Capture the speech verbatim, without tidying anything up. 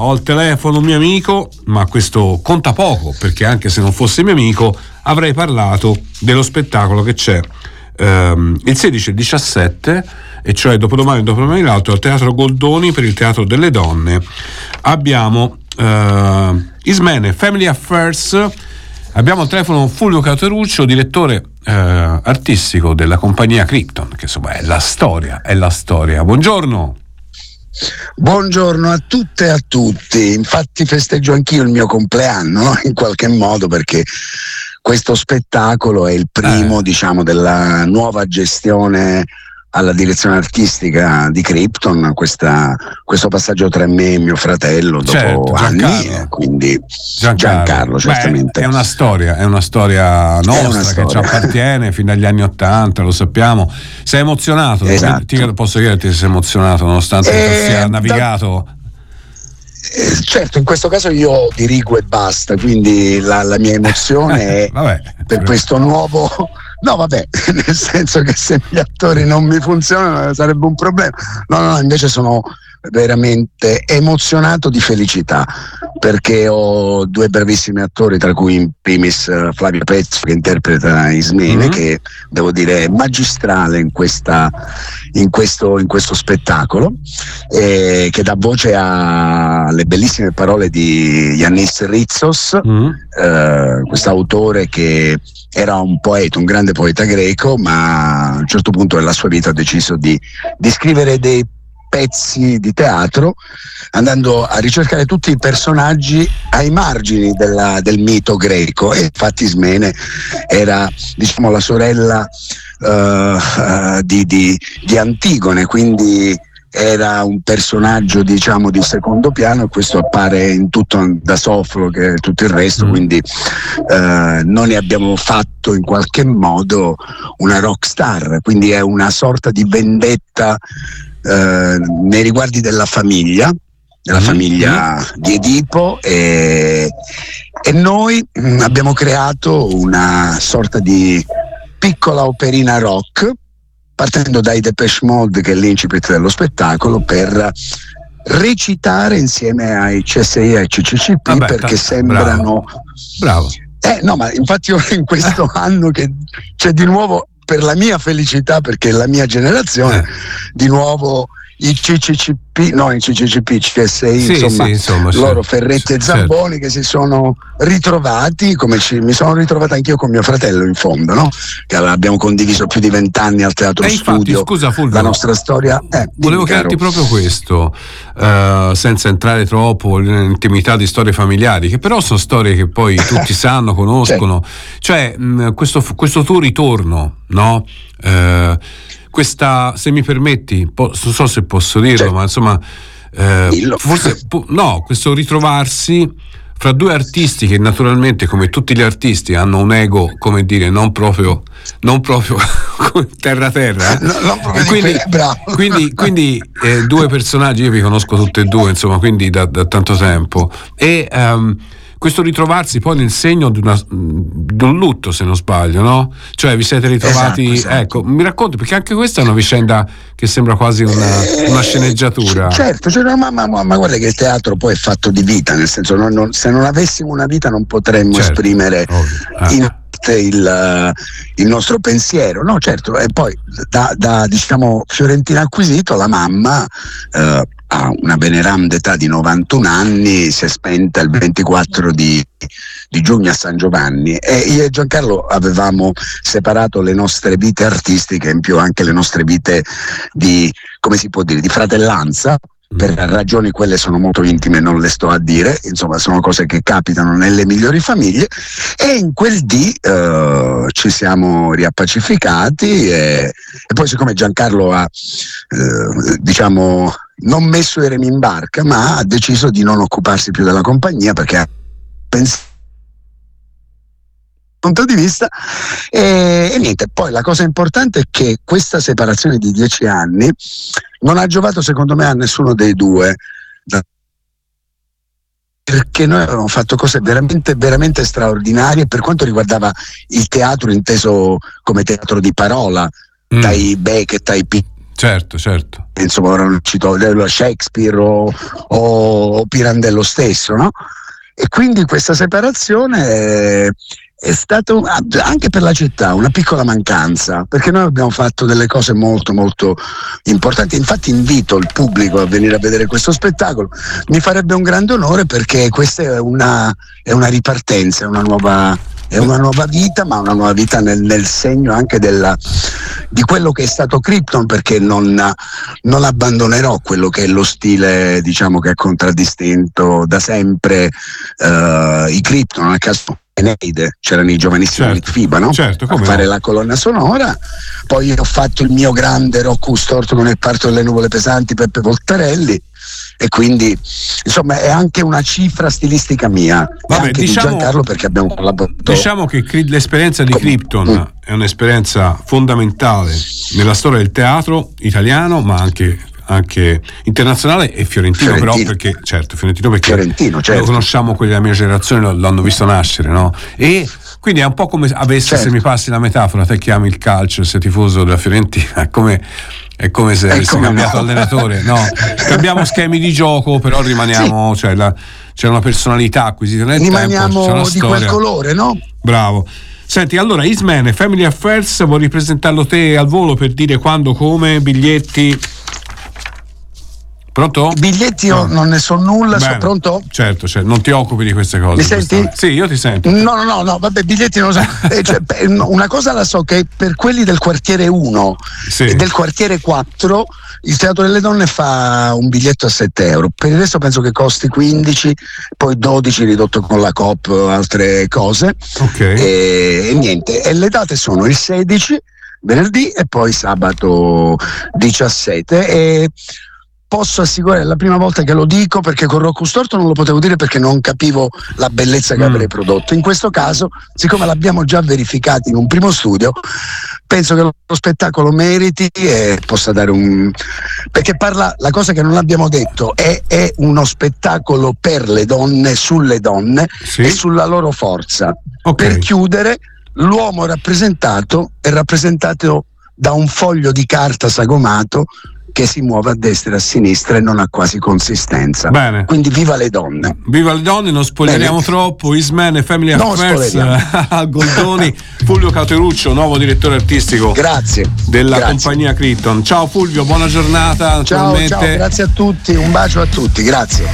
ho al telefono un mio amico, ma questo conta poco, perché anche se non fosse mio amico avrei parlato dello spettacolo che c'è ehm, il sedici e il diciassette, e cioè dopodomani e dopodomani l'altro al Teatro Goldoni per il Teatro delle Donne. Abbiamo uh, Ismene Family Affairs, abbiamo al telefono Fulvio Cauteruccio, direttore uh, artistico della compagnia Krypton, che insomma è la storia, è la storia. Buongiorno. Buongiorno a tutte e a tutti. Infatti festeggio anch'io il mio compleanno, no? In qualche modo, perché questo spettacolo è il primo, eh. diciamo, della nuova gestione alla direzione artistica di Krypton, questa, questo passaggio tra me e mio fratello dopo certo, anni, eh, quindi Giancarlo, Giancarlo certamente. Beh, è una storia, è una storia nostra una storia. che ci appartiene fino agli anni Ottanta, lo sappiamo. Sei emozionato? Esatto. Ti, posso chiederti se sei emozionato nonostante eh, tu sia navigato? Da... Eh, certo, in questo caso io dirigo e basta, quindi la, la mia emozione è Vabbè, per questo nuovo... No, vabbè, nel senso che se gli attori non mi funzionano sarebbe un problema. No, no, no, invece sono veramente emozionato di felicità, perché ho due bravissimi attori, tra cui in primis uh, Flavio Pezzo, che interpreta Ismene, mm-hmm. che devo dire è magistrale in questa in questo, in questo spettacolo, eh, che dà voce alle bellissime parole di Yannis Ritsos, mm-hmm. eh, quest'autore che era un poeta, un grande poeta greco, ma a un certo punto della sua vita ha deciso di, di scrivere dei pezzi di teatro, andando a ricercare tutti i personaggi ai margini della, del mito greco, e infatti Ismene era, diciamo, la sorella uh, uh, di, di, di Antigone, quindi era un personaggio, diciamo, di secondo piano, e questo appare in tutto da Soffocle e tutto il resto, quindi eh, noi ne abbiamo fatto in qualche modo una rock star, quindi è una sorta di vendetta eh, nei riguardi della famiglia, della mm-hmm. famiglia di Edipo, e, e noi mh, abbiamo creato una sorta di piccola operina rock, partendo dai Depeche Mode, che è l'incipit dello spettacolo, per recitare insieme ai C S I e ai C C C P. Vabbè, perché t- sembrano bravo, bravo. Eh, no, ma infatti ora in questo anno che c'è di nuovo, per la mia felicità, perché è la mia generazione, eh. di nuovo i C C C P, no, i C C C P, C S I, sì, insomma, sì, insomma, loro certo, Ferretti e Zamboni, certo. che si sono ritrovati, come ci, mi sono ritrovato anch'io con mio fratello in fondo, no? Che abbiamo condiviso più di vent'anni al Teatro e Studio. Infatti, scusa Fulvio, la nostra storia. Eh, volevo chiederti proprio questo, uh, senza entrare troppo nell'intimità di storie familiari, che però sono storie che poi tutti sanno, conoscono. Certo. Cioè, mh, questo, questo tuo ritorno, no? Uh, Questa, se mi permetti, po- non so se posso dirlo, certo. ma insomma, eh, forse po- no, questo ritrovarsi fra due artisti che naturalmente, come tutti gli artisti, hanno un ego, come dire, non proprio, non proprio terra terra. Eh? No, no, proprio quindi, bravo. quindi, quindi eh, due personaggi, io vi conosco tutti e due, insomma, quindi da, da tanto tempo. E um, questo ritrovarsi poi nel segno di, una, di un lutto, se non sbaglio, no? Cioè vi siete ritrovati, esatto, esatto. Ecco, mi racconti, perché anche questa è una vicenda che sembra quasi una, eh, una sceneggiatura. Certo, cioè, no, ma, ma, ma, ma guarda che il teatro poi è fatto di vita, nel senso, non, non, se non avessimo una vita non potremmo certo. esprimere ah. in il, il nostro pensiero, no? Certo, e poi da, da diciamo Fiorentina Acquisito, la mamma eh, ha una veneranda età di novantuno anni, si è spenta il ventiquattro di, di giugno a San Giovanni, e io e Giancarlo avevamo separato le nostre vite artistiche, in più anche le nostre vite di, come si può dire, di fratellanza. Per ragioni quelle sono molto intime, non le sto a dire, insomma sono cose che capitano nelle migliori famiglie, e in quel dì eh, ci siamo riappacificati, e, e poi siccome Giancarlo ha eh, diciamo non messo i remi in barca, ma ha deciso di non occuparsi più della compagnia, perché ha pensato punto di vista, e, e niente, poi la cosa importante è che questa separazione di dieci anni non ha giovato secondo me a nessuno dei due, perché noi avevamo fatto cose veramente veramente straordinarie per quanto riguardava il teatro inteso come teatro di parola, mm. dai Beckett ai P Certo, certo. Insomma, ora non cito Shakespeare o, o Pirandello stesso, no? E quindi questa separazione è, è stata anche per la città una piccola mancanza, perché noi abbiamo fatto delle cose molto molto importanti. Infatti invito il pubblico a venire a vedere questo spettacolo, mi farebbe un grande onore, perché questa è una, è una ripartenza, è una nuova È una nuova vita, ma una nuova vita nel, nel segno anche della, di quello che è stato Krypton, perché non, non abbandonerò quello che è lo stile, diciamo, che ha contraddistinto da sempre uh, i Krypton. A caso Eneide c'erano i giovanissimi certo, Litfiba, no? certo, a fare no? la colonna sonora. Poi ho fatto il mio grande Rocco Storto con il parto delle nuvole pesanti, Peppe Voltarelli, e quindi insomma è anche una cifra stilistica mia. Vabbè, anche diciamo, di Giancarlo, perché abbiamo collaborato. Diciamo che l'esperienza di Krypton mm. è un'esperienza fondamentale nella storia del teatro italiano, ma anche anche internazionale e fiorentino, fiorentino. Però perché certo fiorentino perché fiorentino, certo. Lo conosciamo, quelli della mia generazione l'hanno visto nascere, no? E quindi è un po' come avesse, certo. se mi passi la metafora, te chiami il calcio, sei tifoso della Fiorentina, è come è come se avessi cambiato no. allenatore, no? Cambiamo schemi di gioco, però rimaniamo, sì. cioè la, c'è una personalità acquisita nel rimaniamo tempo, c'è una di storia. Quel colore, no? Bravo. Senti, allora Isman e Family Affairs, vuoi ripresentarlo te al volo per dire quando, come, biglietti? Pronto? Biglietti io no. non ne so nulla. Bene. So pronto? Certo, cioè, non ti occupi di queste cose. Mi senti? Sì, io ti sento. No, no, no, no, vabbè, biglietti non lo so. eh, cioè, una cosa la so, che per quelli del quartiere uno sì. e del quartiere quattro il Teatro delle Donne fa un biglietto a sette euro. Per il resto penso che costi quindici, poi dodici ridotto con la Coop, altre cose. Ok. E, e niente, e le date sono il sedici, venerdì, e poi sabato diciassette. E posso assicurare, è la prima volta che lo dico, perché con Rocco Storto non lo potevo dire perché non capivo la bellezza che mm. avrei prodotto. In questo caso, siccome l'abbiamo già verificato in un primo studio, penso che lo spettacolo meriti e possa dare un... perché parla, la cosa che non abbiamo detto, è, è uno spettacolo per le donne, sulle donne sì. e sulla loro forza. Okay. Per chiudere, l'uomo rappresentato è rappresentato da un foglio di carta sagomato che si muove a destra e a sinistra e non ha quasi consistenza. Bene. Quindi viva le donne. Viva le donne, non spoileriamo Bene. troppo. Isman e Family Affairs a Goldoni. Fulvio Cauteruccio, nuovo direttore artistico grazie. della grazie. compagnia Krypton. Ciao Fulvio, buona giornata. Ciao, ciao, grazie a tutti, un bacio a tutti, grazie.